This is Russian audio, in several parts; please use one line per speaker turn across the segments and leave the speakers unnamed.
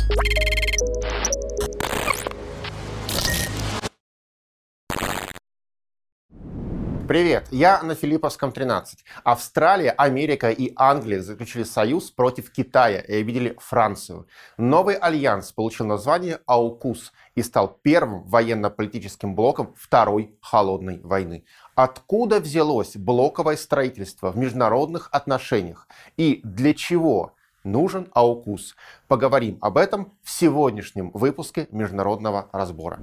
Привет, я на Филипповском 13. Австралия, Америка и Англия заключили союз против Китая и обидели Францию. Новый альянс получил название AUKUS и стал первым военно-политическим блоком Второй холодной войны. Откуда взялось блоковое строительство в международных отношениях и для чего нужен AUKUS? Поговорим об этом в сегодняшнем выпуске международного разбора.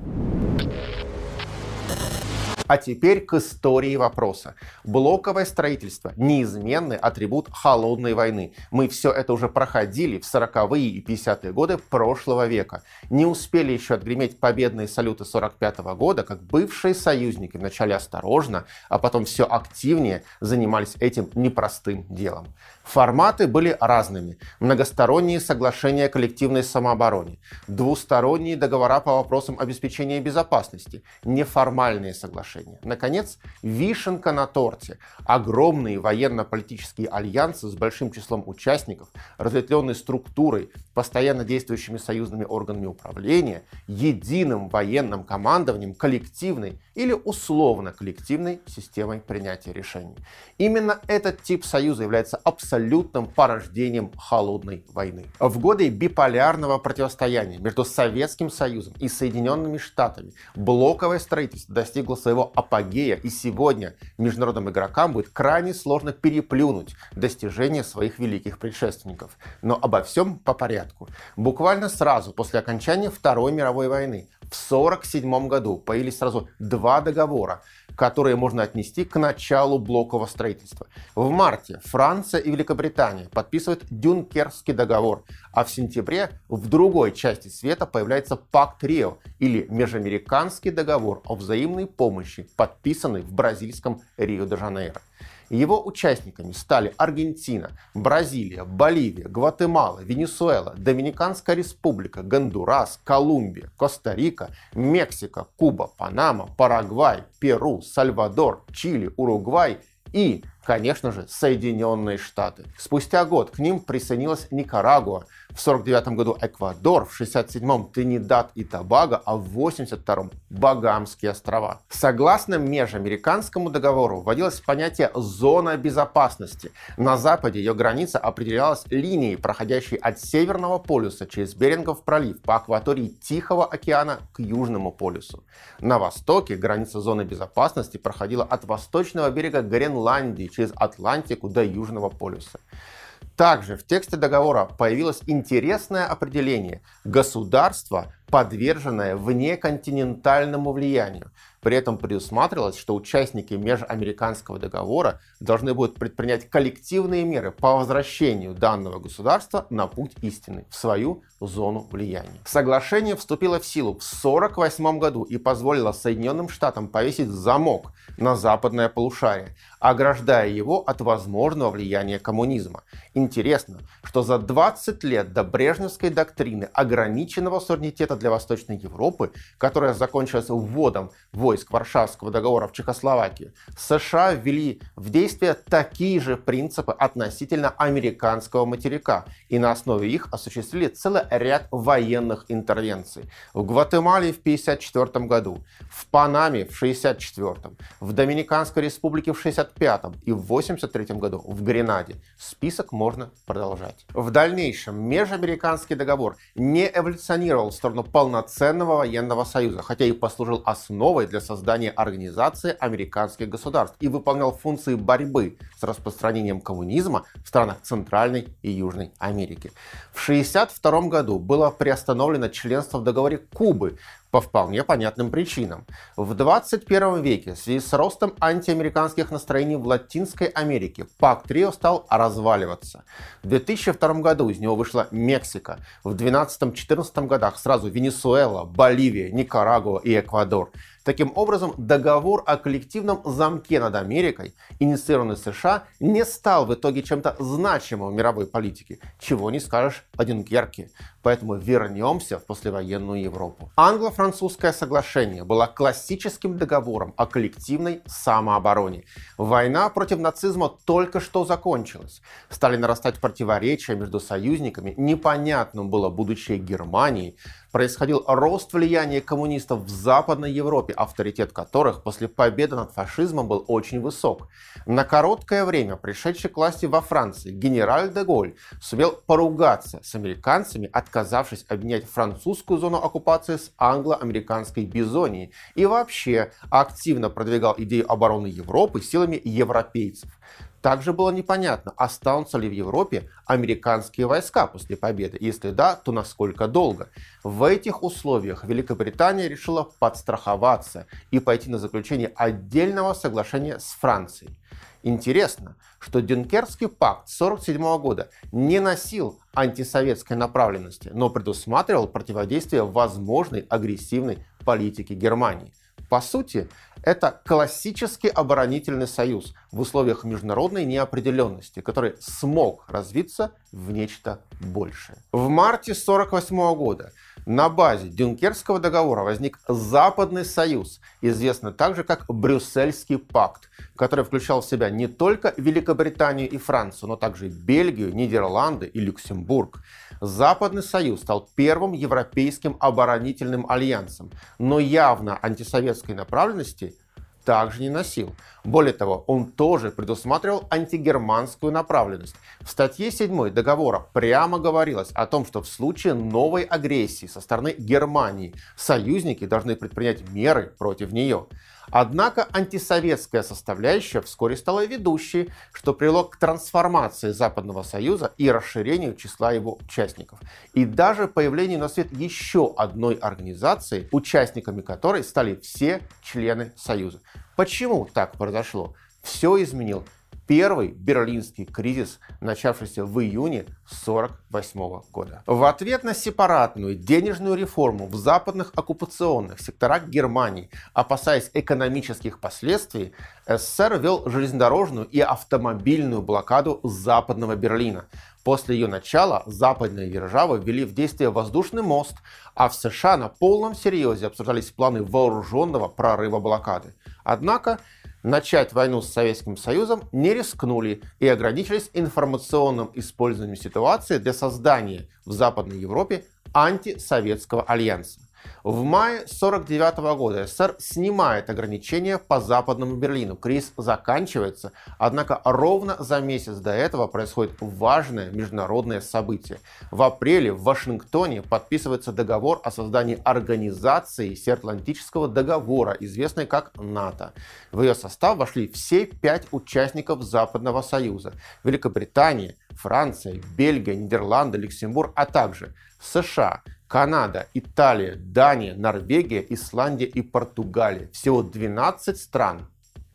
А теперь к истории вопроса. Блоковое строительство – неизменный атрибут холодной войны. Мы все это уже проходили в 40-е и 50-е годы прошлого века. Не успели еще отгреметь победные салюты 45-го года, как бывшие союзники вначале осторожно, а потом все активнее занимались этим непростым делом. Форматы были разными. Многосторонние соглашения о коллективной самообороне, двусторонние договора по вопросам обеспечения безопасности, неформальные соглашения. Наконец, вишенка на торте. Огромные военно-политические альянсы с большим числом участников, разветвленные структурой, постоянно действующими союзными органами управления, единым военным командованием, коллективной или условно-коллективной системой принятия решений. Именно этот тип союза является абсолютным порождением холодной войны. В годы биполярного противостояния между Советским Союзом и Соединенными Штатами блоковое строительство достигло своего апогея, и сегодня международным игрокам будет крайне сложно переплюнуть достижения своих великих предшественников. Но обо всем по порядку. Буквально сразу после окончания Второй мировой войны в 1947 году появились сразу два договора, которые можно отнести к началу блокового строительства. В марте Франция и Великобритания подписывают Дюнкеркский договор, а в сентябре в другой части света появляется Пакт Рио или Межамериканский договор о взаимной помощи, подписанный в бразильском Рио-де-Жанейро. Его участниками стали Аргентина, Бразилия, Боливия, Гватемала, Венесуэла, Доминиканская республика, Гондурас, Колумбия, Коста-Рика, Мексика, Куба, Панама, Парагвай, Перу, Сальвадор, Чили, Уругвай и, конечно же, Соединенные Штаты. Спустя год к ним присоединилась Никарагуа, в 1949 году Эквадор, в 1967 Тринидад и Тобаго, а в 1982 Багамские острова. Согласно Межамериканскому договору вводилось понятие «зона безопасности». На западе ее граница определялась линией, проходящей от Северного полюса через Берингов пролив по акватории Тихого океана к Южному полюсу. На востоке граница зоны безопасности проходила от восточного берега Гренландии через Атлантику до Южного полюса. Также в тексте договора появилось интересное определение «государство, подверженное внеконтинентальному влиянию». При этом предусматривалось, что участники Межамериканского договора должны будут предпринять коллективные меры по возвращению данного государства на путь истины, в свою зону влияния. Соглашение вступило в силу в 1948 году и позволило Соединенным Штатам повесить замок на западное полушарие, ограждая его от возможного влияния коммунизма. Интересно, что за 20 лет до брежневской доктрины ограниченного суверенитета для Восточной Европы, которая закончилась вводом войск Варшавского договора в Чехословакию, США ввели в действие такие же принципы относительно американского материка и на основе их осуществили целый ряд военных интервенций. В Гватемале в 1954 году, в Панаме в 1964, в Доминиканской республике в 1965 и в 1983 году в Гренаде. Список можно продолжать. В дальнейшем Межамериканский договор не эволюционировал в сторону полноценного военного союза, хотя и послужил основой для создания Организации американских государств и выполнял функции борьбы с распространением коммунизма в странах Центральной и Южной Америки. В 1962 году было приостановлено членство в договоре Кубы по вполне понятным причинам. В 21 веке в связи с ростом антиамериканских настроений в Латинской Америке Пакт Рио стал разваливаться. В 2002 году из него вышла Мексика. В 2012-2014 годах сразу Венесуэла, Боливия, Никарагуа и Эквадор. Таким образом, договор о коллективном замке над Америкой, инициированный США, не стал в итоге чем-то значимым в мировой политике, чего не скажешь о Дюнкерке. Поэтому вернемся в послевоенную Европу. Англо-французское соглашение было классическим договором о коллективной самообороне. Война против нацизма только что закончилась. Стали нарастать противоречия между союзниками, непонятным было будущее Германии. Происходил рост влияния коммунистов в Западной Европе, авторитет которых после победы над фашизмом был очень высок. На короткое время пришедший к власти во Франции генераль де Голль сумел поругаться с американцами, отказавшись обменять французскую зону оккупации с англо-американской Бизонией, и вообще активно продвигал идею обороны Европы силами европейцев. Также было непонятно, останутся ли в Европе американские войска после победы. Если да, то насколько долго. В этих условиях Великобритания решила подстраховаться и пойти на заключение отдельного соглашения с Францией. Интересно, что Дюнкеркский пакт 1947 года не носил антисоветской направленности, но предусматривал противодействие возможной агрессивной политике Германии. По сути, это классический оборонительный союз в условиях международной неопределенности, который смог развиться в нечто большее. В марте 1948 года на базе Дюнкеркского договора возник Западный союз, известный также как Брюссельский пакт, который включал в себя не только Великобританию и Францию, но также Бельгию, Нидерланды и Люксембург. Западный союз стал первым европейским оборонительным альянсом, но явно антисоветской направленности также не носил. Более того, он тоже предусматривал антигерманскую направленность. В статье 7 договора прямо говорилось о том, что в случае новой агрессии со стороны Германии союзники должны предпринять меры против нее. Однако антисоветская составляющая вскоре стала ведущей, что привело к трансформации Западного Союза и расширению числа его участников. И даже появлению на свет еще одной организации, участниками которой стали все члены Союза. Почему так произошло? Все изменил Первый Берлинский кризис, начавшийся в июне 1948 года. В ответ на сепаратную денежную реформу в западных оккупационных секторах Германии, опасаясь экономических последствий, СССР ввел железнодорожную и автомобильную блокаду Западного Берлина. После ее начала западные державы ввели в действие воздушный мост, а в США на полном серьезе обсуждались планы вооруженного прорыва блокады. Однако начать войну с Советским Союзом не рискнули и ограничились информационным использованием ситуации для создания в Западной Европе антисоветского альянса. В мае 1949 года СССР снимает ограничения по Западному Берлину. Кризис заканчивается, однако ровно за месяц до этого происходит важное международное событие. В апреле в Вашингтоне подписывается договор о создании организации Североатлантического договора, известной как НАТО. В ее состав вошли все 5 участников Западного Союза: Великобритания, Франция, Бельгия, Нидерланды, Люксембург, а также США, Канада, Италия, Дания, Норвегия, Исландия и Португалия. Всего 12 стран.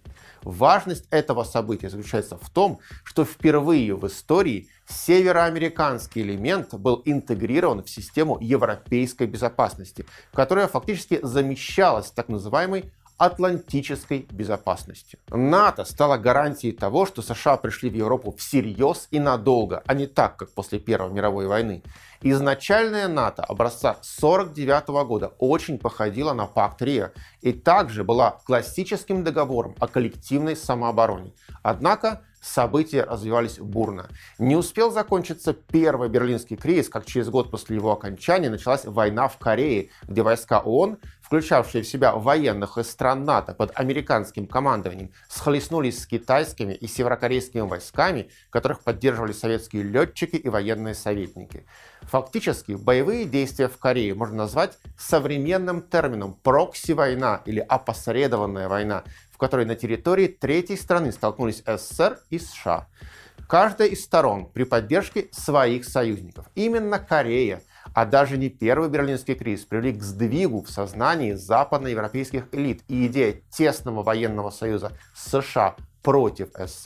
Важность этого события заключается в том, что впервые в истории североамериканский элемент был интегрирован в систему европейской безопасности, которая фактически замещалась так называемой атлантической безопасностью. НАТО стало гарантией того, что США пришли в Европу всерьез и надолго, а не так, как после Первой мировой войны. Изначальная НАТО образца 1949 года очень походила на пакт Рио и также была классическим договором о коллективной самообороне. Однако события развивались бурно. Не успел закончиться Первый Берлинский кризис, как через год после его окончания началась война в Корее, где войска ООН, включавшие в себя военных из стран НАТО под американским командованием, схлестнулись с китайскими и северокорейскими войсками, которых поддерживали советские летчики и военные советники. Фактически, боевые действия в Корее можно назвать современным термином прокси-война или опосредованная война, в которой на территории третьей страны столкнулись СССР и США. Каждая из сторон при поддержке своих союзников. Именно Корея, а даже не Первый Берлинский кризис, привели к сдвигу в сознании западноевропейских элит, и идея тесного военного союза США против СССР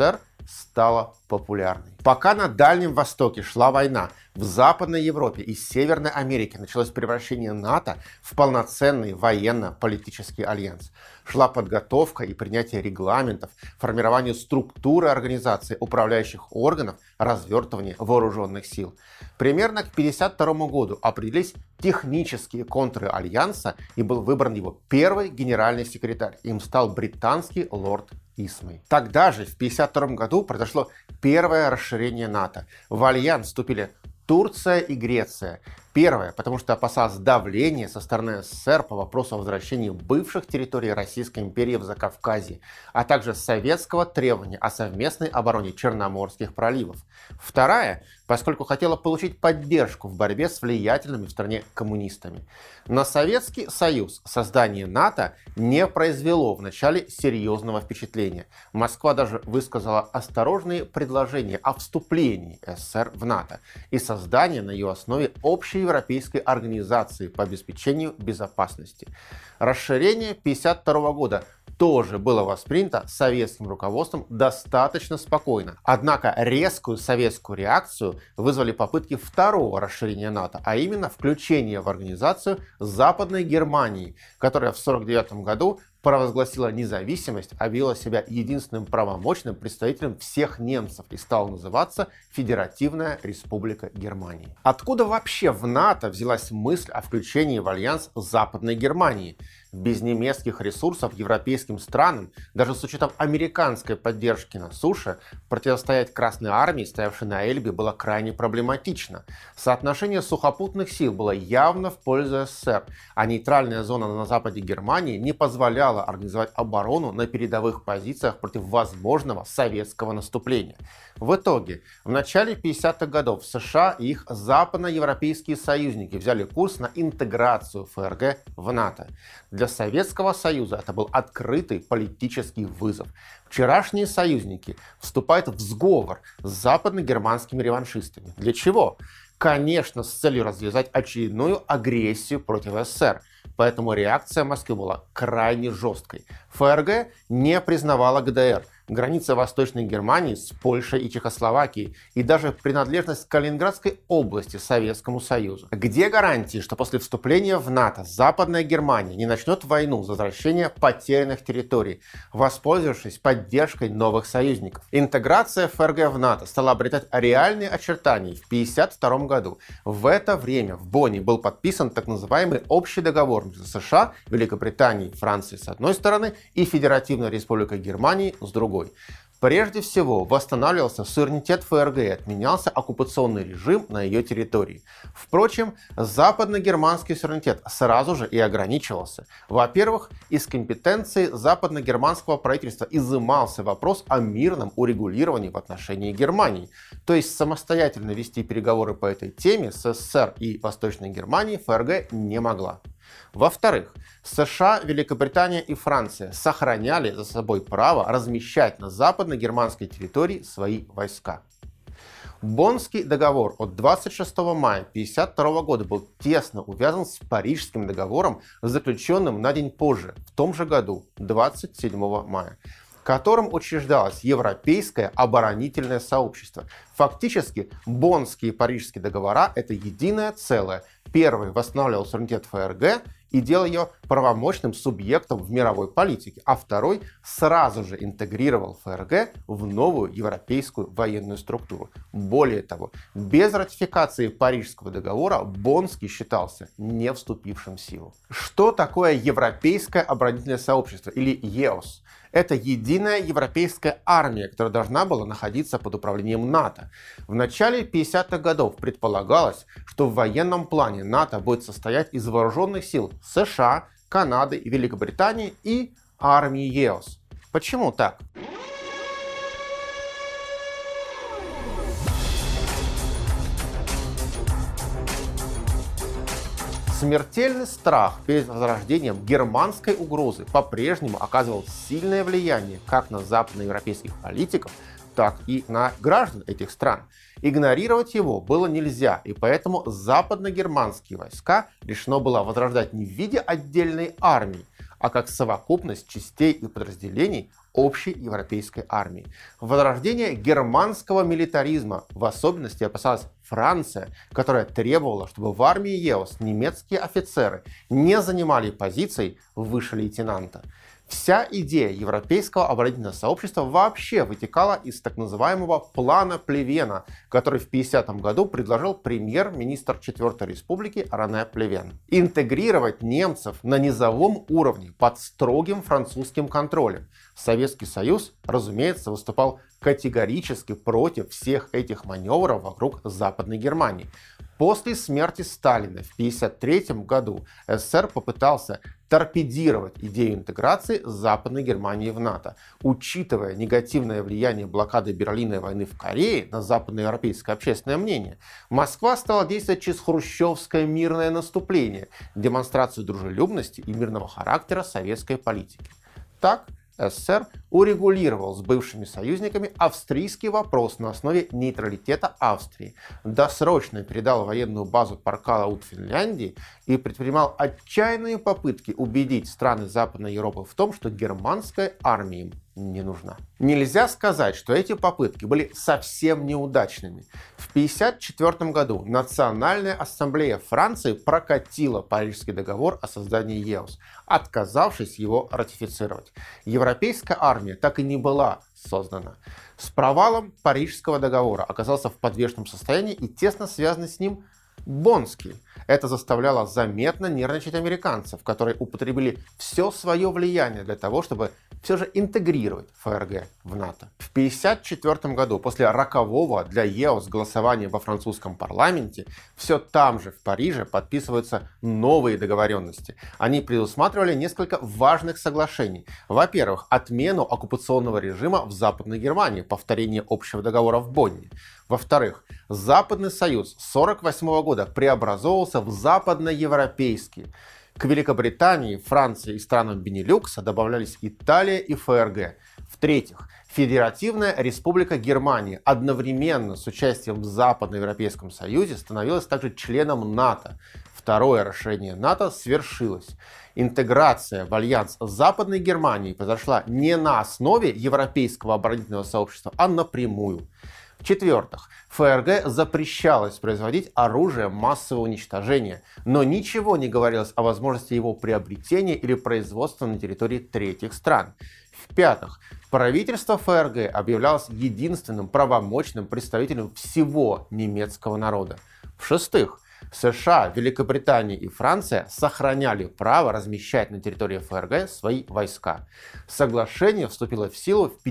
стала популярной. Пока на Дальнем Востоке шла война, в Западной Европе и Северной Америке началось превращение НАТО в полноценный военно-политический альянс. Шла подготовка и принятие регламентов, формирование структуры организации, управляющих органов, развертывание вооруженных сил. Примерно к 1952 году определились технические контуры альянса и был выбран его первый генеральный секретарь. Им стал британский лорд Исмей. Тогда же, в 1952 году, произошло первое расширение НАТО. В альянс вступили Турция и Греция. Первое, потому что опасалось давления со стороны СССР по вопросу о возвращении бывших территорий Российской империи в Закавказье, а также советского требования о совместной обороне Черноморских проливов. Вторая, поскольку хотела получить поддержку в борьбе с влиятельными в стране коммунистами. На Советский Союз создание НАТО не произвело вначале серьезного впечатления. Москва даже высказала осторожные предложения о вступлении СССР в НАТО и создании на ее основе общей европейской организации по обеспечению безопасности. Расширение 1952 года тоже было воспринято советским руководством достаточно спокойно. Однако резкую советскую реакцию вызвали попытки второго расширения НАТО, а именно включение в организацию Западной Германии, которая в 1949 году провозгласила независимость, объявила себя единственным правомочным представителем всех немцев и стала называться Федеративная Республика Германии. Откуда вообще в НАТО взялась мысль о включении в альянс Западной Германии? Без немецких ресурсов европейским странам, даже с учетом американской поддержки на суше, противостоять Красной армии, стоявшей на Эльбе, было крайне проблематично. Соотношение сухопутных сил было явно в пользу СССР, а нейтральная зона на западе Германии не позволяла организовать оборону на передовых позициях против возможного советского наступления. В итоге, в начале 50-х годов США и их западноевропейские союзники взяли курс на интеграцию ФРГ в НАТО. Для Советского Союза это был открытый политический вызов. Вчерашние союзники вступают в сговор с западно-германскими реваншистами. Для чего? Конечно, с целью развязать очередную агрессию против СССР. Поэтому реакция Москвы была крайне жесткой. ФРГ не признавала ГДР, границы Восточной Германии с Польшей и Чехословакией и даже принадлежность Калининградской области Советскому Союзу. Где гарантии, что после вступления в НАТО Западная Германия не начнет войну за возвращение потерянных территорий, воспользовавшись поддержкой новых союзников? Интеграция ФРГ в НАТО стала обретать реальные очертания в 1952 году. В это время в Бонне был подписан так называемый общий договор между США, Великобританией и Францией с одной стороны и Федеративной Республикой Германии с другой. Прежде всего, восстанавливался суверенитет ФРГ и отменялся оккупационный режим на ее территории. Впрочем, западно-германский суверенитет сразу же и ограничивался. Во-первых, из компетенции западно-германского правительства изымался вопрос о мирном урегулировании в отношении Германии. То есть самостоятельно вести переговоры по этой теме с СССР и Восточной Германией ФРГ не могла. Во-вторых, США, Великобритания и Франция сохраняли за собой право размещать на западно-германской территории свои войска. Боннский договор от 26 мая 1952 года был тесно увязан с Парижским договором, заключенным на день позже, в том же году, 27 мая. Которым учреждалось Европейское оборонительное сообщество. Фактически, Боннские и Парижские договора – это единое целое. Первый восстанавливал суверенитет ФРГ и делал ее правомочным субъектом в мировой политике, а второй сразу же интегрировал ФРГ в новую европейскую военную структуру. Более того, без ратификации Парижского договора Боннский считался не вступившим в силу. Что такое Европейское оборонительное сообщество или ЕОС? Это единая европейская армия, которая должна была находиться под управлением НАТО. В начале 50-х годов предполагалось, что в военном плане НАТО будет состоять из вооруженных сил США, Канады и Великобритании и армии ЕОС. Почему так? Смертельный страх перед возрождением германской угрозы по-прежнему оказывал сильное влияние как на западноевропейских политиков, так и на граждан этих стран. Игнорировать его было нельзя, и поэтому западно-германские войска решено было возрождать не в виде отдельной армии, а как совокупность частей и подразделений, общей европейской армии. Возрождение германского милитаризма в особенности опасалась Франция, которая требовала, чтобы в армии ЕОС немецкие офицеры не занимали позиций выше лейтенанта. Вся идея европейского оборонительного сообщества вообще вытекала из так называемого плана Плевена, который в 1950 году предложил премьер-министр Четвертой Республики Рене Плевен. Интегрировать немцев на низовом уровне под строгим французским контролем. Советский Союз, разумеется, выступал категорически против всех этих маневров вокруг Западной Германии. После смерти Сталина в 1953 году СССР попытался торпедировать идею интеграции Западной Германии в НАТО. Учитывая негативное влияние блокады Берлина и войны в Корее на западноевропейское общественное мнение, Москва стала действовать через хрущевское мирное наступление, демонстрацию дружелюбности и мирного характера советской политики. Так, СССР урегулировал с бывшими союзниками австрийский вопрос на основе нейтралитета Австрии, досрочно передал военную базу Паркалаут Финляндии и предпринимал отчаянные попытки убедить страны Западной Европы в том, что германская армия им не нужна. Нельзя сказать, что эти попытки были совсем неудачными. В 1954 году Национальная ассамблея Франции прокатила Парижский договор о создании ЕОС, отказавшись его ратифицировать. Европейская армия так и не была создана. С провалом Парижского договора оказался в подвешенном состоянии и тесно связанный с ним Боннский. Это заставляло заметно нервничать американцев, которые употребили все свое влияние для того, чтобы все же интегрировать ФРГ в НАТО. В 1954 году, после рокового для ЕОС голосования во французском парламенте, все там же, в Париже, подписываются новые договоренности. Они предусматривали несколько важных соглашений. Во-первых, отмену оккупационного режима в Западной Германии, повторение общего договора в Бонне. Во-вторых, Западный Союз с 1948 года преобразовывался в западноевропейский. К Великобритании, Франции и странам Бенилюкса добавлялись Италия и ФРГ. В-третьих, Федеративная Республика Германия одновременно с участием в Западноевропейском Союзе становилась также членом НАТО. Второе расширение НАТО свершилось. Интеграция в альянс Западной Германии произошла не на основе Европейского оборонительного сообщества, а напрямую. В-четвертых, ФРГ запрещалось производить оружие массового уничтожения, но ничего не говорилось о возможности его приобретения или производства на территории третьих стран. В-пятых, правительство ФРГ объявлялось единственным правомочным представителем всего немецкого народа. В-шестых, США, Великобритания и Франция сохраняли право размещать на территории ФРГ свои войска. Соглашение вступило в силу в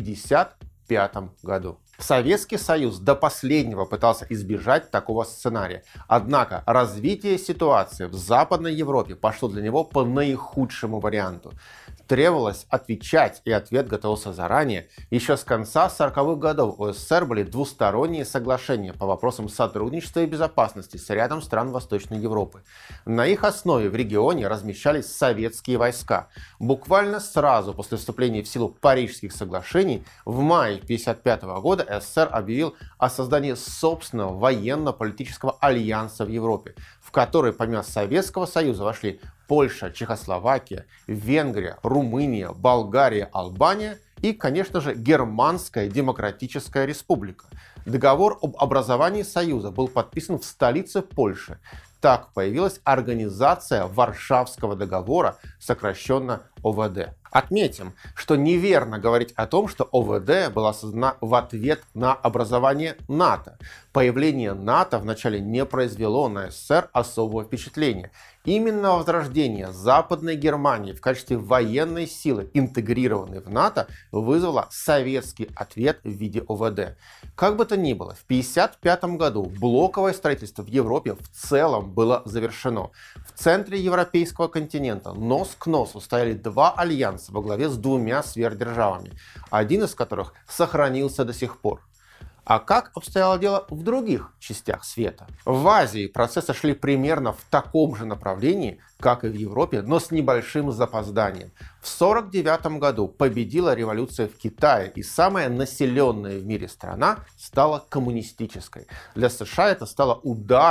1955 году. Советский Союз до последнего пытался избежать такого сценария. Однако развитие ситуации в Западной Европе пошло для него по наихудшему варианту. Требовалось отвечать, и ответ готовился заранее. Еще с конца 40-х годов у СССР были двусторонние соглашения по вопросам сотрудничества и безопасности с рядом стран Восточной Европы. На их основе в регионе размещались советские войска. Буквально сразу после вступления в силу Парижских соглашений в мае 1955 года СССР объявил о создании собственного военно-политического альянса в Европе, в который помимо Советского Союза вошли Польша, Чехословакия, Венгрия, Румыния, Болгария, Албания и, конечно же, Германская Демократическая Республика. Договор об образовании Союза был подписан в столице Польши. Так появилась Организация Варшавского договора, сокращенно ОВД. Отметим, что неверно говорить о том, что ОВД была создана в ответ на образование НАТО. Появление НАТО вначале не произвело на СССР особого впечатления. Именно возрождение Западной Германии в качестве военной силы, интегрированной в НАТО, вызвало советский ответ в виде ОВД. Как бы то ни было, в 1955 году блоковое строительство в Европе в целом было завершено. В центре европейского континента нос к носу стояли два альянса во главе с двумя сверхдержавами, один из которых сохранился до сих пор. А как обстояло дело в других частях света? В Азии процессы шли примерно в таком же направлении, как и в Европе, но с небольшим запозданием. В 1949 году победила революция в Китае, и самая населенная в мире страна стала коммунистической. Для США это стало ударом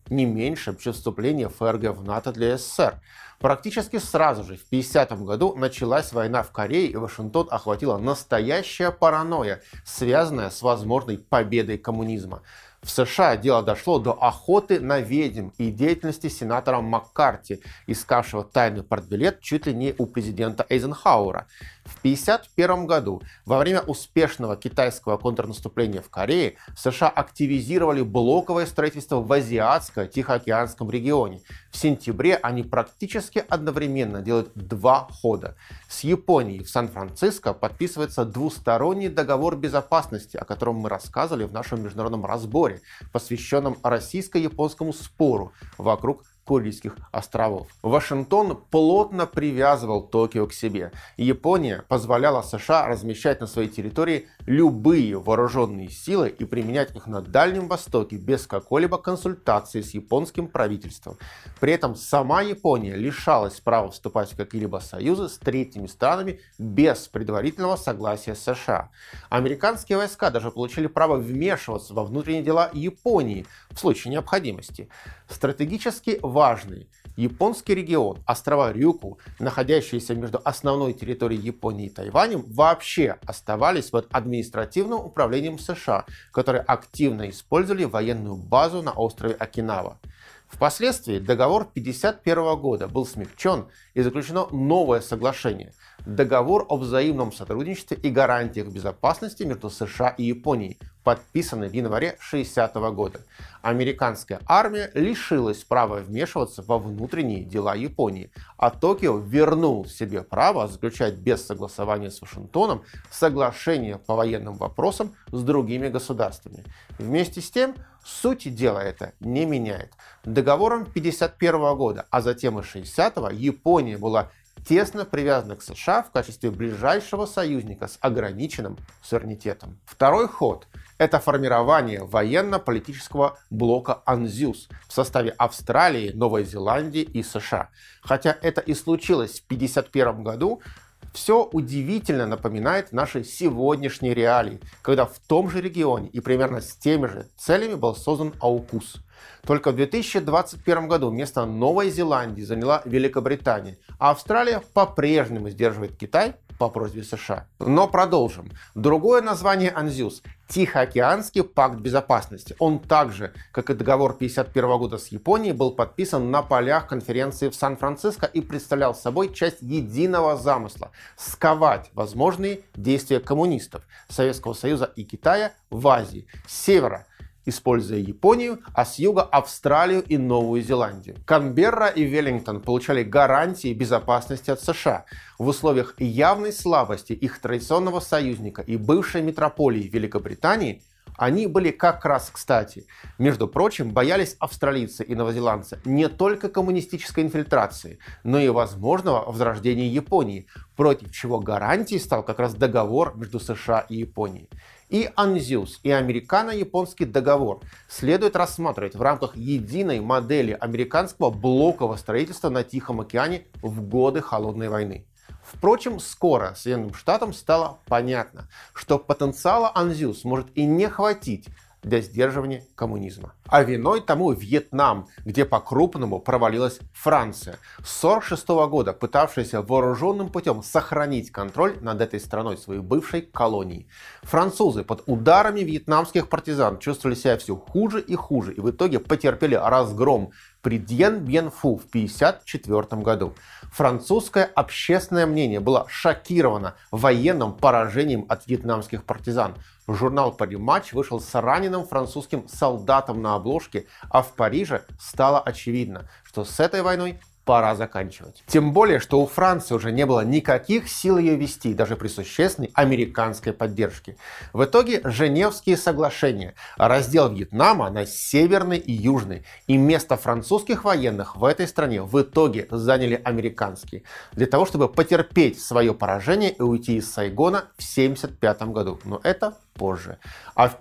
не меньшим, чем вступление ФРГ в НАТО для СССР. Практически сразу же, в 1950 году, началась война в Корее, и Вашингтон охватила настоящая паранойя, связанная с возможной победой коммунизма. В США дело дошло до охоты на ведьм и деятельности сенатора Маккарти, искавшего тайный партбилет чуть ли не у президента Эйзенхауэра. В 1951 году, во время успешного китайского контрнаступления в Корее, США активизировали блоковое строительство в Азиатско-Тихоокеанском регионе. В сентябре они практически одновременно делают два хода. С Японией в Сан-Франциско подписывается двусторонний договор безопасности, о котором мы рассказывали в нашем международном разборе, посвященном российско-японскому спору вокруг Курильских островов. Вашингтон плотно привязывал Токио к себе. Япония позволяла США размещать на своей территории любые вооруженные силы и применять их на Дальнем Востоке без какой-либо консультации с японским правительством. При этом сама Япония лишалась права вступать в какие-либо союзы с третьими странами без предварительного согласия США. Американские войска даже получили право вмешиваться во внутренние дела Японии в случае необходимости. Стратегически важный японский регион, острова Рюкю, находящиеся между основной территорией Японии и Тайванем, вообще оставались под административным управлением США, которые активно использовали военную базу на острове Окинава. Впоследствии договор 1951 года был смягчен и заключено новое соглашение – договор о взаимном сотрудничестве и гарантиях безопасности между США и Японией, подписанный в январе 1960 года. Американская армия лишилась права вмешиваться во внутренние дела Японии, а Токио вернул себе право заключать без согласования с Вашингтоном соглашения по военным вопросам с другими государствами. Вместе с тем, суть дела это не меняет. Договором 1951 года, а затем и 1960-го, Япония была тесно привязана к США в качестве ближайшего союзника с ограниченным суверенитетом. Второй ход – это формирование военно-политического блока АНЗЮС в составе Австралии, Новой Зеландии и США. Хотя это и случилось в 1951 году, все удивительно напоминает наши сегодняшние реалии, когда в том же регионе и примерно с теми же целями был создан АУКУС. Только в 2021 году место Новой Зеландии заняла Великобритания, а Австралия по-прежнему сдерживает Китай по просьбе США. Но продолжим. Другое название АНЗЮС – Тихоокеанский пакт безопасности. Он также, как и договор 1951 года с Японией, был подписан на полях конференции в Сан-Франциско и представлял собой часть единого замысла – сковать возможные действия коммунистов Советского Союза и Китая в Азии, с севера используя Японию, а с юга Австралию и Новую Зеландию. Канберра и Веллингтон получали гарантии безопасности от США. В условиях явной слабости их традиционного союзника и бывшей метрополии Великобритании они были как раз кстати. Между прочим, боялись австралийцы и новозеландцы не только коммунистической инфильтрации, но и возможного возрождения Японии, против чего гарантией стал как раз договор между США и Японией. И АНЗЮС, и американо-японский договор следует рассматривать в рамках единой модели американского блокового строительства на Тихом океане в годы Холодной войны. Впрочем, скоро Соединенным Штатам стало понятно, что потенциала АНЗЮС может и не хватить для сдерживания коммунизма. А виной тому Вьетнам, где по-крупному провалилась Франция, с 1946 года пытавшаяся вооруженным путем сохранить контроль над этой страной, своей бывшей колонией. Французы под ударами вьетнамских партизан чувствовали себя все хуже и хуже, и в итоге потерпели разгром при Дьен-Бьен-Фу в 1954 году. Французское общественное мнение было шокировано военным поражением от вьетнамских партизан. Журнал «Пари Матч» вышел с раненым французским солдатом на обложке, а в Париже стало очевидно, что с этой войной пора заканчивать. Тем более, что у Франции уже не было никаких сил ее вести, даже при существенной американской поддержке. В итоге Женевские соглашения, раздел Вьетнама на северный и южный, и место французских военных в этой стране в итоге заняли американские, для того, чтобы потерпеть свое поражение и уйти из Сайгона в 1975 году. Но это позже. А в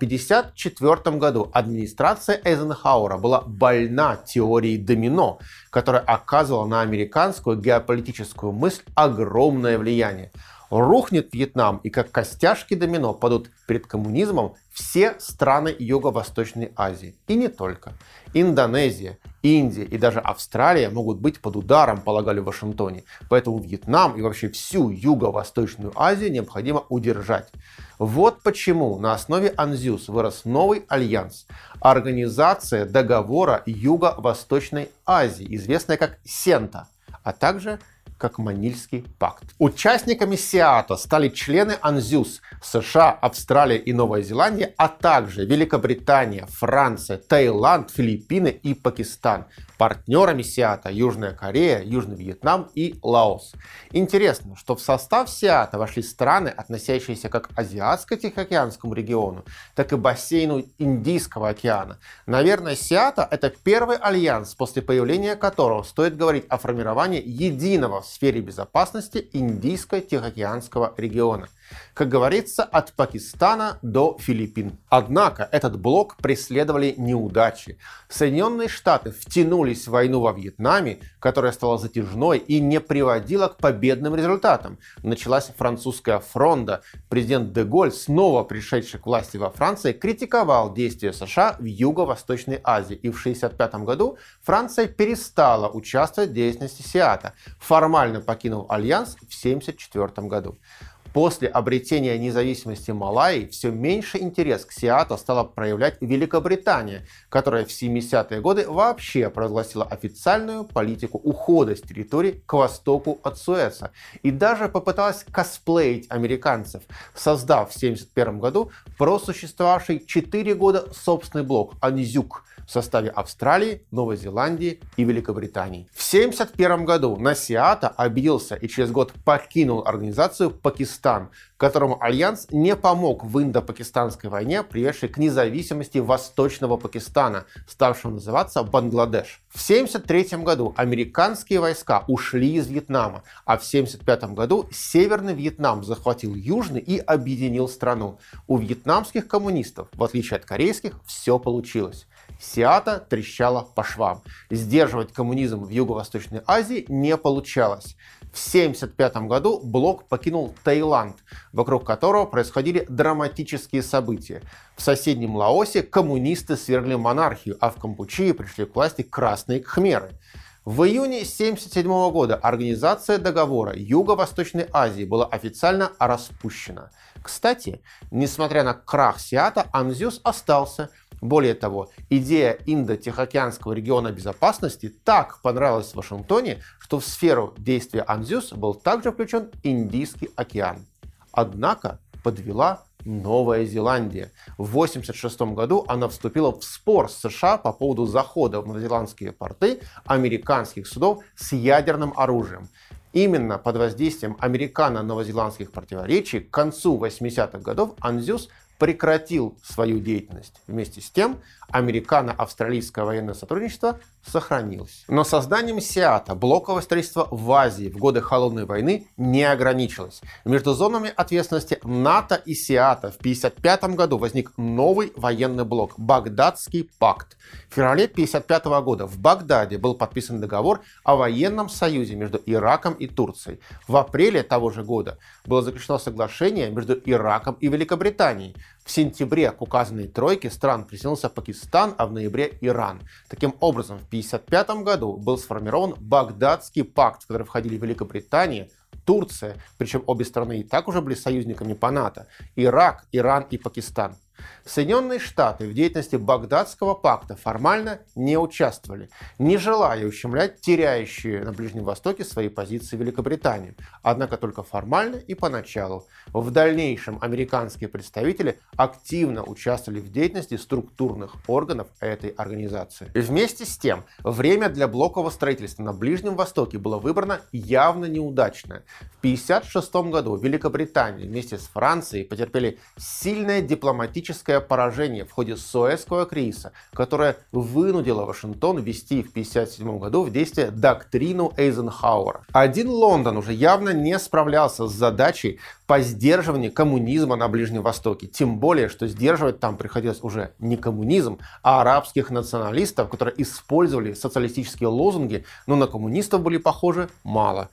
1954 году администрация Эйзенхауэра была больна теорией домино, которая оказывала на американскую геополитическую мысль огромное влияние. Рухнет Вьетнам, и как костяшки домино падут перед коммунизмом все страны Юго-Восточной Азии. И не только. Индонезия, Индия и даже Австралия могут быть под ударом, полагали в Вашингтоне. Поэтому Вьетнам и вообще всю Юго-Восточную Азию необходимо удержать. Вот почему на основе АНЗЮС вырос новый альянс – Организация договора Юго-Восточной Азии, известная как СЕНТА, а также как Манильский пакт. Участниками СИАТО стали члены АНЗЮС – США, Австралия и Новая Зеландия, а также Великобритания, Франция, Таиланд, Филиппины и Пакистан. Партнерами СИАТО – Южная Корея, Южный Вьетнам и Лаос. Интересно, что в состав СИАТО вошли страны, относящиеся как к Азиатско-Тихоокеанскому региону, так и бассейну Индийского океана. Наверное, СИАТО – это первый альянс, после появления которого стоит говорить о формировании единого в сфере безопасности Индийско-Тихоокеанского региона. Как говорится, от Пакистана до Филиппин. Однако этот блок преследовали неудачи. Соединенные Штаты втянулись в войну во Вьетнаме, которая стала затяжной и не приводила к победным результатам. Началась французская фронда. Президент де Голль, снова пришедший к власти во Франции, критиковал действия США в Юго-Восточной Азии. И в 1965 году Франция перестала участвовать в деятельности СИАТО, формально покинув альянс в 1974 году. После обретения независимости Малайи все меньше интерес к СИАТО стала проявлять Великобритания, которая в 70-е годы вообще провозгласила официальную политику ухода с территории к востоку от Суэца и даже попыталась косплеить американцев, создав в 1971 году просуществовавший 4 года собственный блок АНЗЮК в составе Австралии, Новой Зеландии и Великобритании. В 1971 году на СИАТО обиделся и через год покинул организацию Пакистан, которому альянс не помог в индо-пакистанской войне, приведшей к независимости Восточного Пакистана, ставшего называться Бангладеш. В 1973 году американские войска ушли из Вьетнама, а в 1975 году Северный Вьетнам захватил Южный и объединил страну. У вьетнамских коммунистов, в отличие от корейских, все получилось. СИАТО трещало по швам. Сдерживать коммунизм в Юго-Восточной Азии не получалось. В 1975 году блок покинул Таиланд, вокруг которого происходили драматические события. В соседнем Лаосе коммунисты свергли монархию, а в Кампучии пришли к власти красные кхмеры. В июне 1977 года Организация договора Юго-Восточной Азии была официально распущена. Кстати, несмотря на крах СИАТО, АНЗЮС остался. Более того, идея Индо-Тихоокеанского региона безопасности так понравилась в Вашингтоне, что в сферу действия АНЗЮС был также включен Индийский океан. Однако подвела Новая Зеландия. В 1986 году она вступила в спор с США по поводу захода в новозеландские порты американских судов с ядерным оружием. Именно под воздействием американо-новозеландских противоречий к концу 80-х годов АНЗЮС прекратил свою деятельность. Вместе с тем, американо-австралийское военное сотрудничество сохранилось. Но созданием СИАТО блоковое строительство в Азии в годы Холодной войны не ограничилось. Между зонами ответственности НАТО и СИАТО в 1955 году возник новый военный блок – Багдадский пакт. В феврале 1955 года в Багдаде был подписан договор о военном союзе между Ираком и Турцией. В апреле того же года было заключено соглашение между Ираком и Великобританией. В сентябре к указанной тройке стран присоединился Пакистан, а в ноябре Иран. Таким образом, в 1955 году был сформирован Багдадский пакт, в который входили Великобритания, Турция, причем обе страны и так уже были союзниками по НАТО, Ирак, Иран и Пакистан. Соединенные Штаты в деятельности Багдадского пакта формально не участвовали, не желая ущемлять теряющие на Ближнем Востоке свои позиции Великобританию. Однако только формально и поначалу. В дальнейшем американские представители активно участвовали в деятельности структурных органов этой организации. И вместе с тем, время для блокового строительства на Ближнем Востоке было выбрано явно неудачное. В 1956 году Великобритания вместе с Францией потерпели сильное дипломатическое поражение в ходе Суэцкого кризиса, которое вынудило Вашингтон ввести в 1957 году в действие доктрину Эйзенхауэра. Один Лондон уже явно не справлялся с задачей по сдерживанию коммунизма на Ближнем Востоке. Тем более, что сдерживать там приходилось уже не коммунизм, а арабских националистов, которые использовали социалистические лозунги, но на коммунистов были похожи мало.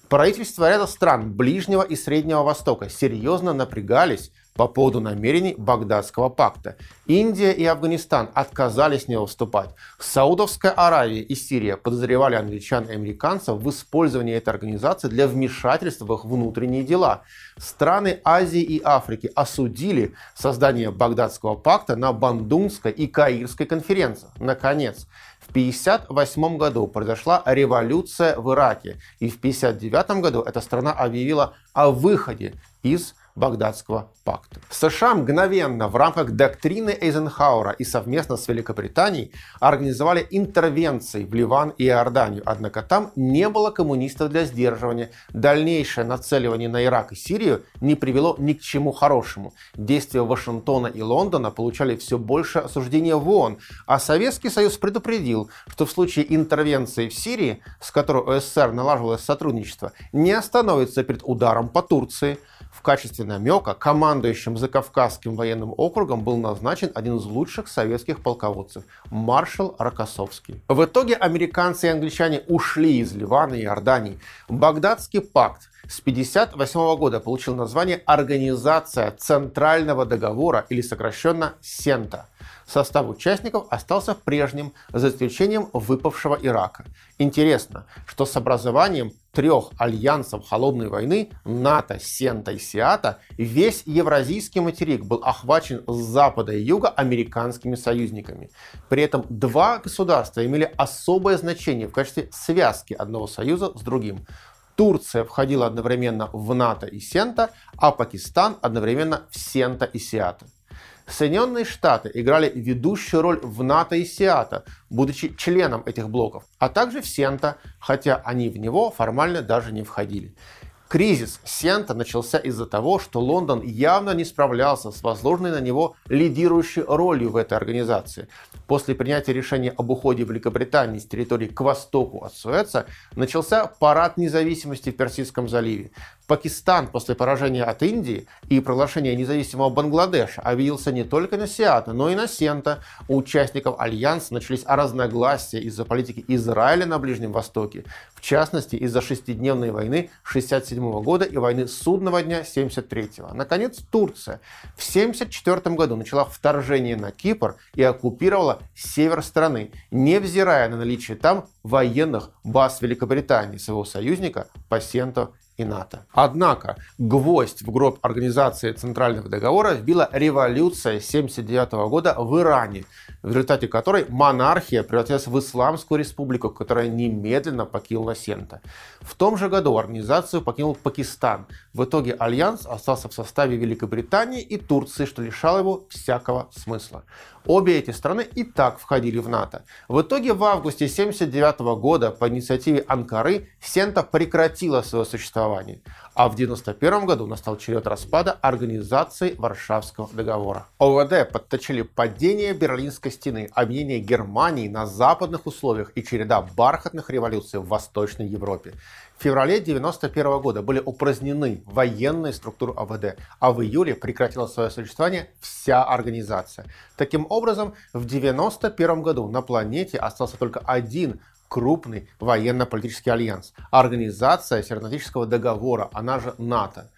Правительства ряда стран Ближнего и Среднего Востока серьезно напрягались по поводу намерений Багдадского пакта. Индия и Афганистан отказались в него вступать. Саудовская Аравия и Сирия подозревали англичан и американцев в использовании этой организации для вмешательства в их внутренние дела. Страны Азии и Африки осудили создание Багдадского пакта на Бандungской и Каирской конференциях. Наконец, в 1958 году произошла революция в Ираке, и в 1959 году эта страна объявила о выходе из Багдадского пакта. США мгновенно в рамках доктрины Эйзенхауэра и совместно с Великобританией организовали интервенции в Ливан и Иорданию, однако там не было коммунистов для сдерживания. Дальнейшее нацеливание на Ирак и Сирию не привело ни к чему хорошему. Действия Вашингтона и Лондона получали все больше осуждения в ООН, а Советский Союз предупредил, что в случае интервенции в Сирии, с которой у СССР налаживалось сотрудничество, не остановится перед ударом по Турции. В качестве намека командующим Закавказским военным округом был назначен один из лучших советских полководцев – маршал Рокоссовский. В итоге американцы и англичане ушли из Ливана и Иордании. Багдадский пакт с 1958 года получил название «Организация Центрального договора» или сокращенно «СЕНТА». Состав участников остался прежним, за исключением выпавшего Ирака. Интересно, что с образованием трех альянсов холодной войны НАТО, СЕНТА и СИАТА весь евразийский материк был охвачен с запада и юга американскими союзниками. При этом два государства имели особое значение в качестве связки одного союза с другим. Турция входила одновременно в НАТО и СЕНТА, а Пакистан одновременно в СЕНТА и СИАТА. Соединенные Штаты играли ведущую роль в НАТО и СИАТА, будучи членом этих блоков, а также в СЕНТА, хотя они в него формально даже не входили. Кризис СЕНТА начался из-за того, что Лондон явно не справлялся с возложенной на него лидирующей ролью в этой организации. После принятия решения об уходе Великобритании с территории к востоку от Суэца начался парад независимости в Персидском заливе. Пакистан после поражения от Индии и проглашения независимого Бангладеша обиделся не только на СИАТА, но и на СЕНТА. У участников альянса начались разногласия из-за политики Израиля на Ближнем Востоке, в частности из-за шестидневной войны 1967 года и войны Судного дня 1973. Наконец, Турция в 1974 году начала вторжение на Кипр и оккупировала север страны, невзирая на наличие там военных баз Великобритании, своего союзника по СЕНТА и НАТО. Однако гвоздь в гроб организации Центрального договора вбила революция 1979 года в Иране, в результате которой монархия превратилась в Исламскую республику, которая немедленно покинула СЕНТА. В том же году организацию покинул Пакистан. В итоге альянс остался в составе Великобритании и Турции, что лишало его всякого смысла. Обе эти страны и так входили в НАТО. В итоге в августе 1979 года по инициативе Анкары СЕНТА прекратила свое существование, а в 1991 году настал черед распада Организации Варшавского договора. ОВД подточили падение Берлинской стены, объединение Германии на западных условиях и череда бархатных революций в Восточной Европе. В феврале 1991 года были упразднены военные структуры ОВД, а в июле прекратила свое существование вся организация. Таким образом, в 1991 году на планете остался только один крупный военно-политический альянс – Организация Североатлантического договора, она же НАТО.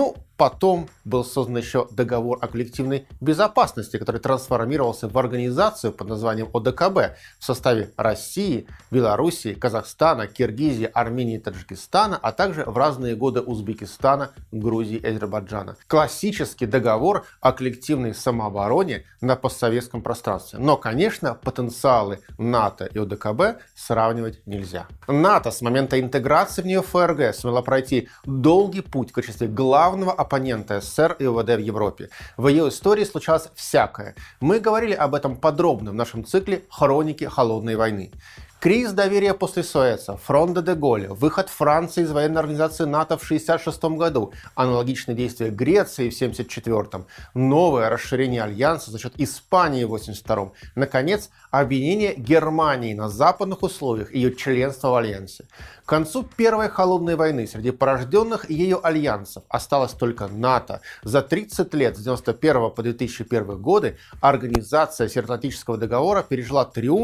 Потом был создан еще договор о коллективной безопасности, который трансформировался в организацию под названием ОДКБ в составе России, Белоруссии, Казахстана, Киргизии, Армении и Таджикистана, а также в разные годы Узбекистана, Грузии и Азербайджана. Классический договор о коллективной самообороне на постсоветском пространстве. Но, конечно, потенциалы НАТО и ОДКБ сравнивать нельзя. НАТО с момента интеграции в нее ФРГ смогла пройти долгий путь в качестве главного оппонента СССР и ОВД в Европе. В ее истории случалось всякое. Мы говорили об этом подробно в нашем цикле «Хроники холодной войны». Кризис доверия после Суэца, фронт де Голля, выход Франции из военной организации НАТО в 1966 году, аналогичные действия Греции в 1974, новое расширение альянса за счет Испании в 1982, наконец, объединение Германии на западных условиях и ее членство в альянсе. К концу Первой холодной войны среди порожденных ею альянсов осталось только НАТО. За 30 лет с 1991 по 2001 годы организация Североатлантического договора пережила триумф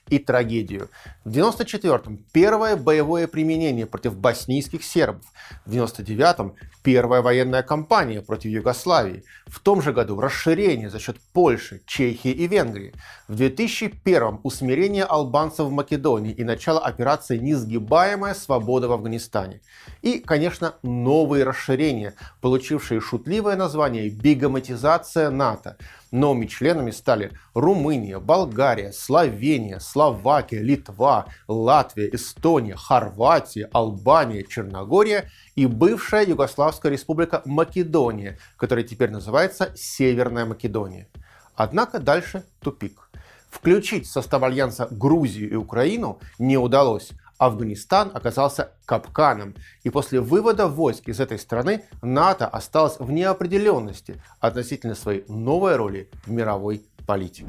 и трагедию. В 1994-м первое боевое применение против боснийских сербов. В 1999-м первая военная кампания против Югославии. В том же году расширение за счет Польши, Чехии и Венгрии. В 2001-м усмирение албанцев в Македонии и начало операции «Несгибаемая свобода в Афганистане». И, конечно, новые расширения, получившие шутливое название «бигаматизация НАТО». Новыми членами стали Румыния, Болгария, Словения, Словакия, Литва, Латвия, Эстония, Хорватия, Албания, Черногория и бывшая Югославская республика Македония, которая теперь называется Северная Македония. Однако дальше тупик. Включить в состав альянса Грузию и Украину не удалось. Афганистан оказался капканом, и после вывода войск из этой страны НАТО осталось в неопределенности относительно своей новой роли в мировой политике.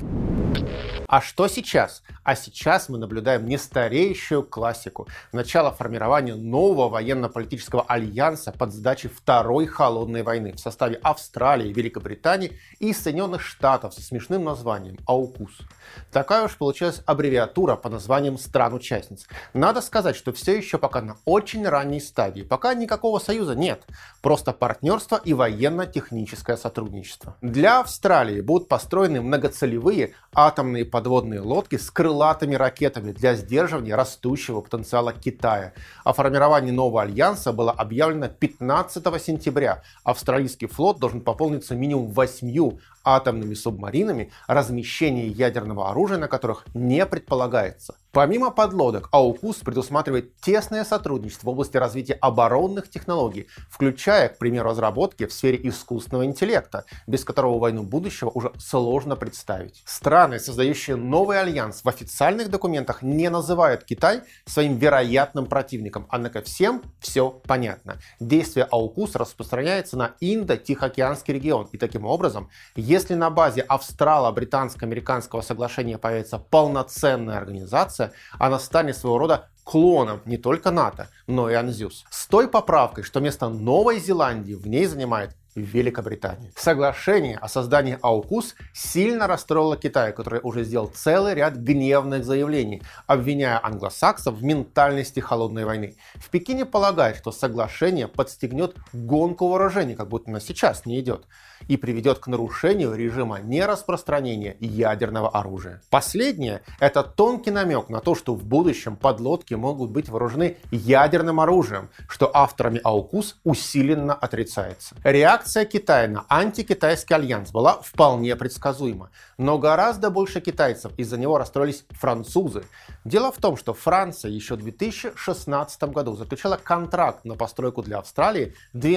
А что сейчас? А сейчас мы наблюдаем не стареющую классику. Начало формирования нового военно-политического альянса под сдачей Второй холодной войны в составе Австралии, Великобритании и Соединенных Штатов со смешным названием AUKUS. Такая уж получилась аббревиатура по названиям стран-участниц. Надо сказать, что все еще пока на очень ранней стадии. Пока никакого союза нет. Просто партнерство и военно-техническое сотрудничество. Для Австралии будут построены многоцелевые атомные подводные лодки с крылатыми ракетами для сдерживания растущего потенциала Китая. О формировании нового альянса было объявлено 15 сентября. Австралийский флот должен пополниться минимум 8 атомными субмаринами, размещение ядерного оружия на которых не предполагается. Помимо подлодок, AUKUS предусматривает тесное сотрудничество в области развития оборонных технологий, включая, к примеру, разработки в сфере искусственного интеллекта, без которого войну будущего уже сложно представить. Страны, создающие новый альянс, в официальных документах не называют Китай своим вероятным противником, однако всем все понятно. Действие AUKUS распространяется на Индо-Тихоокеанский регион, и таким образом, если на базе австрало-британско-американского соглашения появится полноценная организация, она станет своего рода клоном не только НАТО, но и ANZUS. С той поправкой, что место Новой Зеландии в ней занимает Великобритания. Соглашение о создании AUKUS сильно расстроило Китай, который уже сделал целый ряд гневных заявлений, обвиняя англосаксов в ментальности холодной войны. В Пекине полагают, что соглашение подстегнет гонку вооружений, как будто она сейчас не идет, и приведет к нарушению режима нераспространения ядерного оружия. Последнее – это тонкий намек на то, что в будущем подлодки могут быть вооружены ядерным оружием, что авторами AUKUS усиленно отрицается. Реакция Китая на антикитайский альянс была вполне предсказуема, но гораздо больше китайцев из-за него расстроились французы. Дело в том, что Франция еще в 2016 году заключила контракт на постройку для Австралии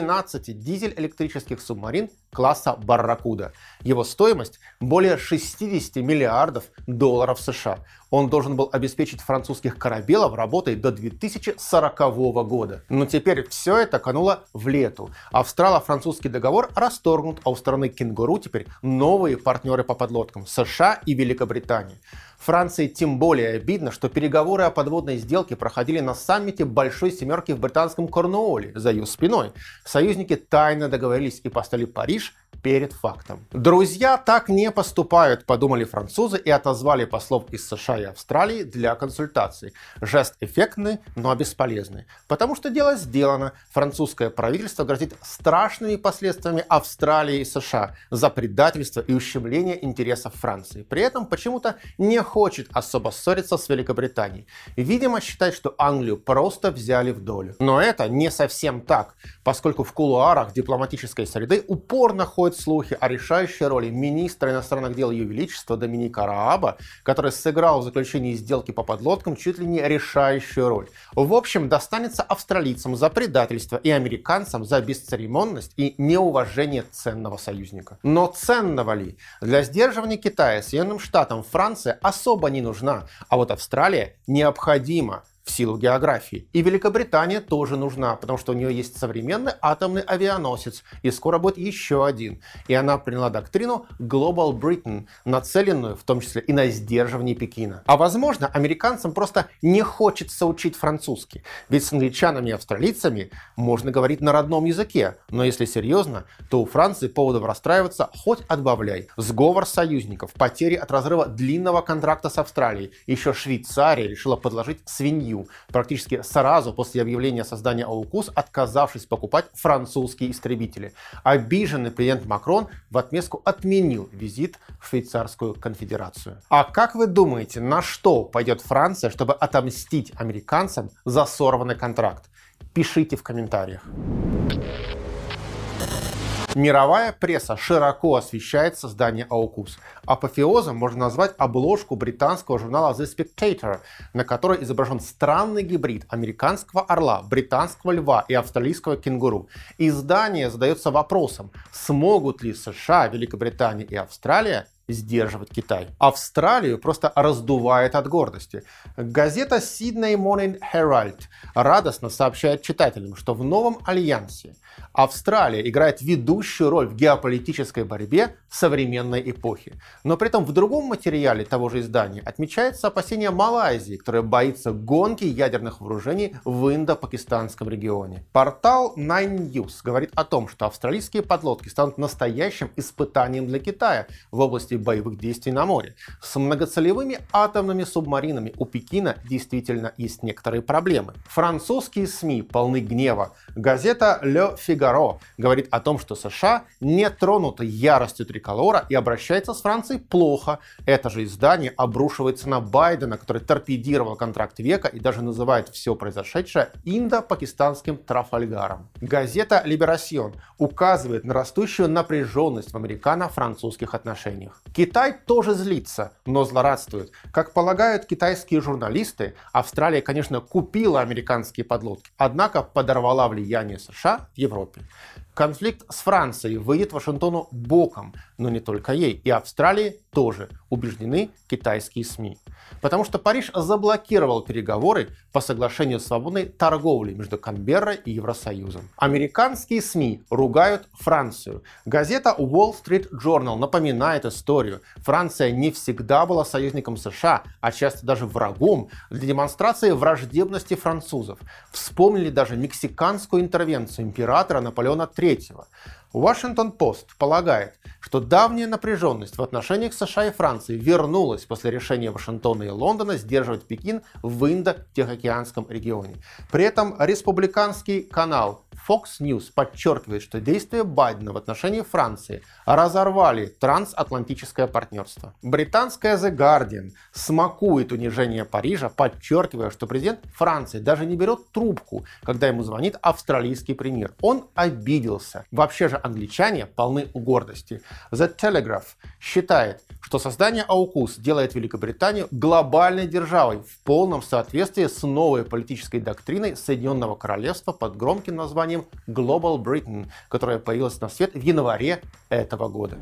12 дизель-электрических субмарин класса «Барракуда». Его стоимость более 60 миллиардов долларов США. Он должен был обеспечить французских корабелов работой до 2040 года. Но теперь все это кануло в лету. Австрало-французский договор расторгнут, а у страны кенгуру теперь новые партнеры по подлодкам – США и Великобритания. Франции тем более обидно, что переговоры о подводной сделке проходили на саммите Большой Семерки в британском Корнуолле за ее спиной. Союзники тайно договорились и поставили Париж перед фактом. Друзья так не поступают, подумали французы и отозвали послов из США и Австралии для консультаций. Жест эффектный, но бесполезный. Потому что дело сделано. Французское правительство грозит страшными последствиями Австралии и США за предательство и ущемление интересов Франции. При этом почему-то не хочет особо ссориться с Великобританией. Видимо, считает, что Англию просто взяли в долю. Но это не совсем так, поскольку в кулуарах дипломатической среды упорно ходят слухи о решающей роли министра иностранных дел Ее Величества Доминика Рааба, который сыграл в заключении сделки по подлодкам чуть ли не решающую роль. В общем, достанется австралийцам за предательство и американцам за бесцеремонность и неуважение ценного союзника. Но ценного ли? Для сдерживания Китая Соединенным Штатам Франция особо не нужна, а вот Австралия необходима. в силу географии. И Великобритания тоже нужна, потому что у нее есть современный атомный авианосец, и скоро будет еще один. И она приняла доктрину Global Britain, нацеленную в том числе и на сдерживание Пекина. А возможно, американцам просто не хочется учить французский. Ведь с англичанами и австралийцами можно говорить на родном языке. Но если серьезно, то у Франции поводов расстраиваться хоть отбавляй. Сговор союзников, потери от разрыва длинного контракта с Австралией. Еще Швейцария решила подложить свинью, практически сразу после объявления создания AUKUS, отказавшись покупать французские истребители. Обиженный президент Макрон в отместку отменил визит в Швейцарскую конфедерацию. А как вы думаете, на что пойдет Франция, чтобы отомстить американцам за сорванный контракт? Пишите в комментариях. Мировая пресса широко освещает создание AUKUS. Апофеозом можно назвать обложку британского журнала The Spectator, на которой изображен странный гибрид американского орла, британского льва и австралийского кенгуру. Издание задается вопросом, смогут ли США, Великобритания и Австралия сдерживать Китай. Австралию просто раздувает от гордости. Газета Sydney Morning Herald радостно сообщает читателям, что в новом альянсе Австралия играет ведущую роль в геополитической борьбе современной эпохи. Но при этом в другом материале того же издания отмечается опасение Малайзии, которая боится гонки ядерных вооружений в Индо-Пакистанском регионе. Портал Nine News говорит о том, что австралийские подлодки станут настоящим испытанием для Китая в области боевых действий на море. С многоцелевыми атомными субмаринами у Пекина действительно есть некоторые проблемы. Французские СМИ полны гнева. Газета Le Figaro говорит о том, что США не тронуты яростью триколора и обращается с Францией плохо. Это же издание обрушивается на Байдена, который торпедировал контракт века и даже называет все произошедшее индо-пакистанским Трафальгаром. Газета Libération указывает на растущую напряженность в американо-французских отношениях. Китай тоже злится, но злорадствует. Как полагают китайские журналисты, Австралия, конечно, купила американские подлодки, однако подорвала влияние США в Европе. Конфликт с Францией выйдет Вашингтону боком, но не только ей, и Австралии тоже, убеждены китайские СМИ. Потому что Париж заблокировал переговоры по соглашению о свободной торговле между Канберрой и Евросоюзом. Американские СМИ ругают Францию. Газета Wall Street Journal напоминает историю. Франция не всегда была союзником США, а часто даже врагом для демонстрации враждебности французов. Вспомнили даже мексиканскую интервенцию императора Наполеона III. Washington Post полагает, что давняя напряженность в отношениях США и Франции вернулась после решения Вашингтона и Лондона сдерживать Пекин в Индо-Тихоокеанском регионе. При этом республиканский канал Fox News подчеркивает, что действия Байдена в отношении Франции разорвали трансатлантическое партнерство. Британская The Guardian смакует унижение Парижа, подчеркивая, что президент Франции даже не берет трубку, когда ему звонит австралийский премьер. Он обиделся. Вообще же англичане полны гордости. The Telegraph считает, что создание AUKUS делает Великобританию глобальной державой в полном соответствии с новой политической доктриной Соединенного Королевства под громким названием Global Britain, которая появилась на свет в январе этого года.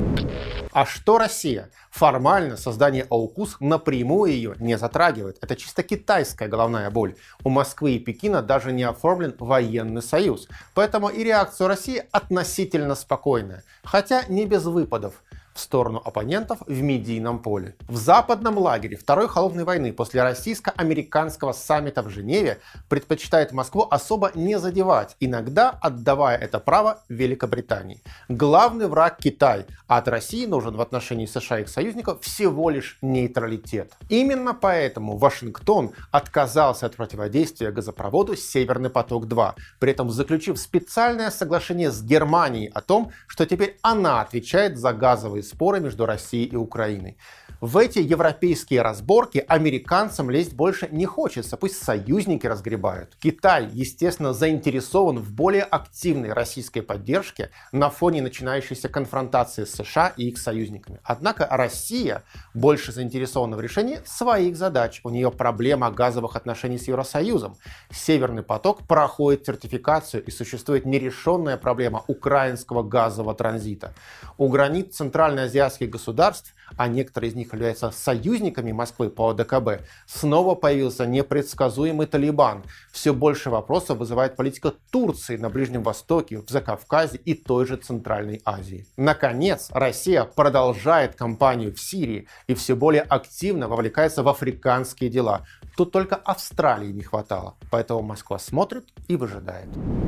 А что Россия? Формально создание AUKUS напрямую ее не затрагивает. Это чисто китайская головная боль. У Москвы и Пекина даже не оформлен военный союз. Поэтому и реакция России относительно спокойная. Хотя не без выпадов в сторону оппонентов в медийном поле. В западном лагере Второй холодной войны после российско-американского саммита в Женеве предпочитает Москву особо не задевать, иногда отдавая это право Великобритании. Главный враг Китай, а от России нужен в отношении США и их союзников всего лишь нейтралитет. Именно поэтому Вашингтон отказался от противодействия газопроводу «Северный поток-2», при этом заключив специальное соглашение с Германией о том, что теперь она отвечает за газовые споры между Россией и Украиной. В эти европейские разборки американцам лезть больше не хочется, пусть союзники разгребают. Китай, естественно, заинтересован в более активной российской поддержке на фоне начинающейся конфронтации с США и их союзниками. Однако Россия больше заинтересована в решении своих задач. У нее проблема газовых отношений с Евросоюзом. Северный поток проходит сертификацию и существует нерешенная проблема украинского газового транзита. У границ центральноазиатских государств, а некоторые из них против являются союзниками Москвы по ОДКБ, снова появился непредсказуемый Талибан. Все больше вопросов вызывает политика Турции на Ближнем Востоке, в Закавказье и той же Центральной Азии. Наконец, Россия продолжает кампанию в Сирии и все более активно вовлекается в африканские дела. Тут только Австралии не хватало, поэтому Москва смотрит и выжидает.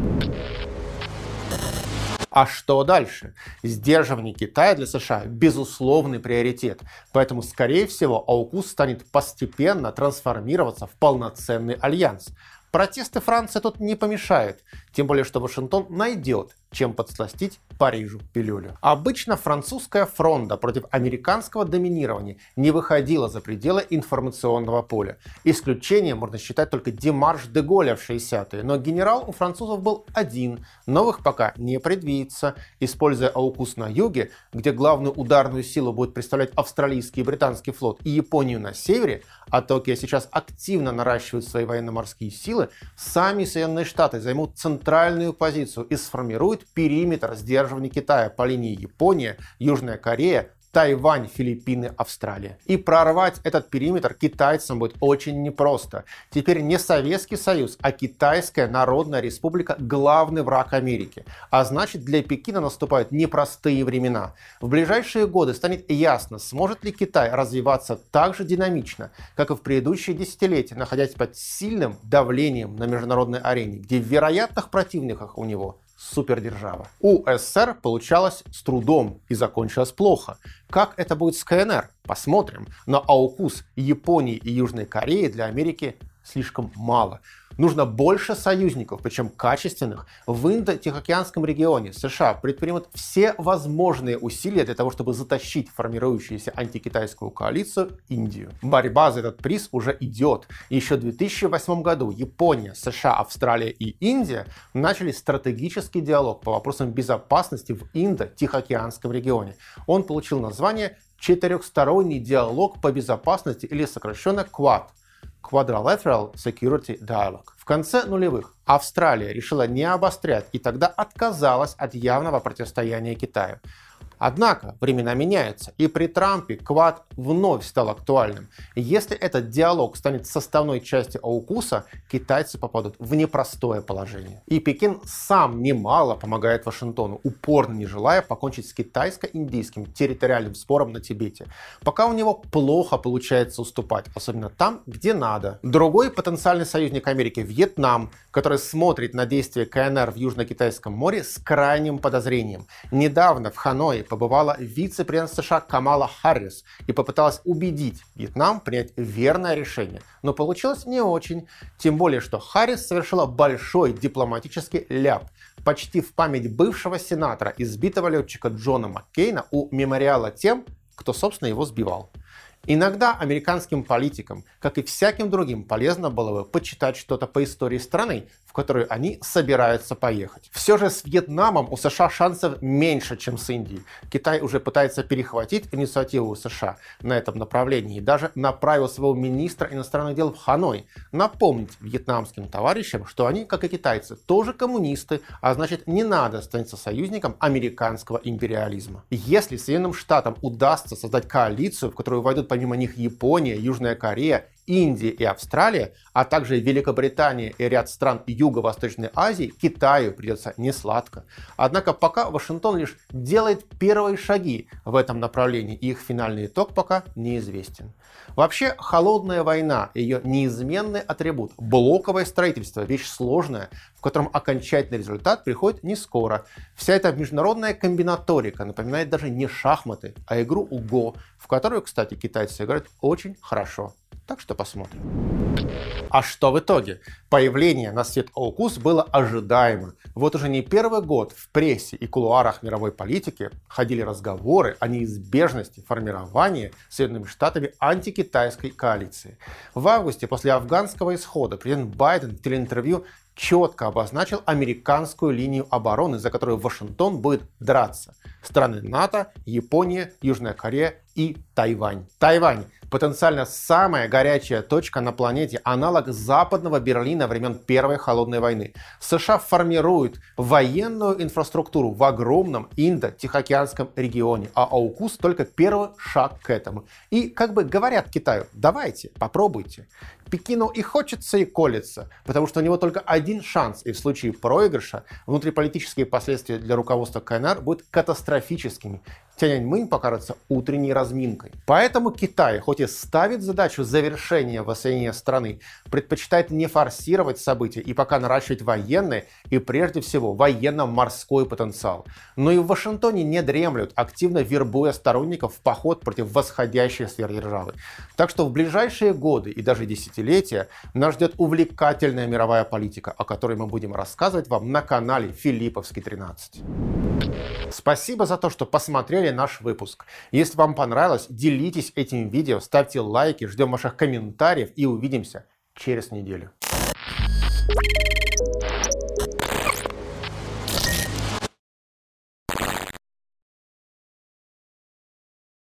А что дальше? Сдерживание Китая для США – безусловный приоритет, поэтому, скорее всего, AUKUS станет постепенно трансформироваться в полноценный альянс. Протесты Франции тут не помешают, тем более, что Вашингтон найдет, чем подсластить Парижу пилюлю. Обычно французская фронта против американского доминирования не выходила за пределы информационного поля. Исключением можно считать только демарш де Голля в 60-е, но генерал у французов был один, новых пока не предвидится. Используя AUKUS на юге, где главную ударную силу будет представлять австралийский и британский флот, и Японию на севере, а Токио сейчас активно наращивает свои военно-морские силы, сами Соединенные Штаты займут центральную позицию и сформируют периметр сдерживания Китая по линии Япония, Южная Корея, Тайвань, Филиппины, Австралия. И прорвать этот периметр китайцам будет очень непросто. Теперь не Советский Союз, а Китайская Народная Республика – главный враг Америки. А значит, для Пекина наступают непростые времена. В ближайшие годы станет ясно, сможет ли Китай развиваться так же динамично, как и в предыдущие десятилетия, находясь под сильным давлением на международной арене, где в вероятных противниках у него супердержава. У СССР получалось с трудом и закончилось плохо. Как это будет с КНР? Посмотрим. Но AUKUS Японии и Южной Кореи для Америки слишком мало. Нужно больше союзников, причем качественных. В Индо-Тихоокеанском регионе США предпримут все возможные усилия для того, чтобы затащить формирующуюся антикитайскую коалицию Индию. Борьба за этот приз уже идет. Еще в 2008 году Япония, США, Австралия и Индия начали стратегический диалог по вопросам безопасности в Индо-Тихоокеанском регионе. Он получил название «Четырехсторонний диалог по безопасности» или сокращенно QUAD. Quadrilateral Security Dialogue. В конце нулевых Австралия решила не обострять и тогда отказалась от явного противостояния Китаю. Однако времена меняются, и при Трампе Quad вновь стал актуальным. Если этот диалог станет составной частью AUKUS, китайцы попадут в непростое положение. И Пекин сам немало помогает Вашингтону, упорно не желая покончить с китайско-индийским территориальным спором на Тибете. Пока у него плохо получается уступать, особенно там, где надо. Другой потенциальный союзник Америки — Вьетнам, который смотрит на действия КНР в Южно-Китайском море с крайним подозрением. Недавно в Ханое побывала вице-президент США Камала Харрис и попыталась убедить Вьетнам принять верное решение. Но получилось не очень. Тем более, что Харрис совершила большой дипломатический ляп. Почти в память бывшего сенатора, избитого летчика Джона Маккейна, у мемориала тем, кто, собственно, его сбивал. Иногда американским политикам, как и всяким другим, полезно было бы почитать что-то по истории страны, в которую они собираются поехать. Все же с Вьетнамом у США шансов меньше, чем с Индией. Китай уже пытается перехватить инициативу у США на этом направлении и даже направил своего министра иностранных дел в Ханой напомнить вьетнамским товарищам, что они, как и китайцы, тоже коммунисты, а значит, не надо становиться союзником американского империализма. Если Соединенным Штатам удастся создать коалицию, в которую войдут помимо них Япония, Южная Корея, Индия и Австралия, а также Великобритания и ряд стран Юго-Восточной Азии, Китаю придется несладко. Однако пока Вашингтон лишь делает первые шаги в этом направлении, и их финальный итог пока неизвестен. Вообще, холодная война и ее неизменный атрибут – блоковое строительство, вещь сложная, в котором окончательный результат приходит не скоро. Вся эта международная комбинаторика напоминает даже не шахматы, а игру УГО, в которую, кстати, китайцы играют очень хорошо. Так что посмотрим. А что в итоге? Появление на свет AUKUS было ожидаемо. Вот уже не первый год в прессе и кулуарах мировой политики ходили разговоры о неизбежности формирования Соединенными Штатами антикитайской коалиции. В августе после афганского исхода президент Байден в телеинтервью четко обозначил американскую линию обороны, за которую Вашингтон будет драться. Страны НАТО, Япония, Южная Корея и Тайвань. Тайвань – потенциально самая горячая точка на планете, аналог западного Берлина времен Первой холодной войны. США формируют военную инфраструктуру в огромном Индо-Тихоокеанском регионе, а AUKUS только первый шаг к этому. И как бы говорят Китаю: давайте, попробуйте. Пекину и хочется, и колется, потому что у него только один шанс, и в случае проигрыша внутриполитические последствия для руководства КНР будут катастрофическими. Тяньаньмэнь покажется утренней разминкой. Поэтому Китай, хоть и ставит задачу завершения воссоединения страны, предпочитает не форсировать события и пока наращивать военный и прежде всего военно-морской потенциал. Но и в Вашингтоне не дремлют, активно вербуя сторонников в поход против восходящей сверхдержавы. Так что в ближайшие годы и даже десятилетия нас ждет увлекательная мировая политика, о которой мы будем рассказывать вам на канале Филипповский 13. Спасибо за то, что посмотрели наш выпуск. Если вам понравилось, делитесь этим видео, ставьте лайки, ждем ваших комментариев и увидимся через неделю.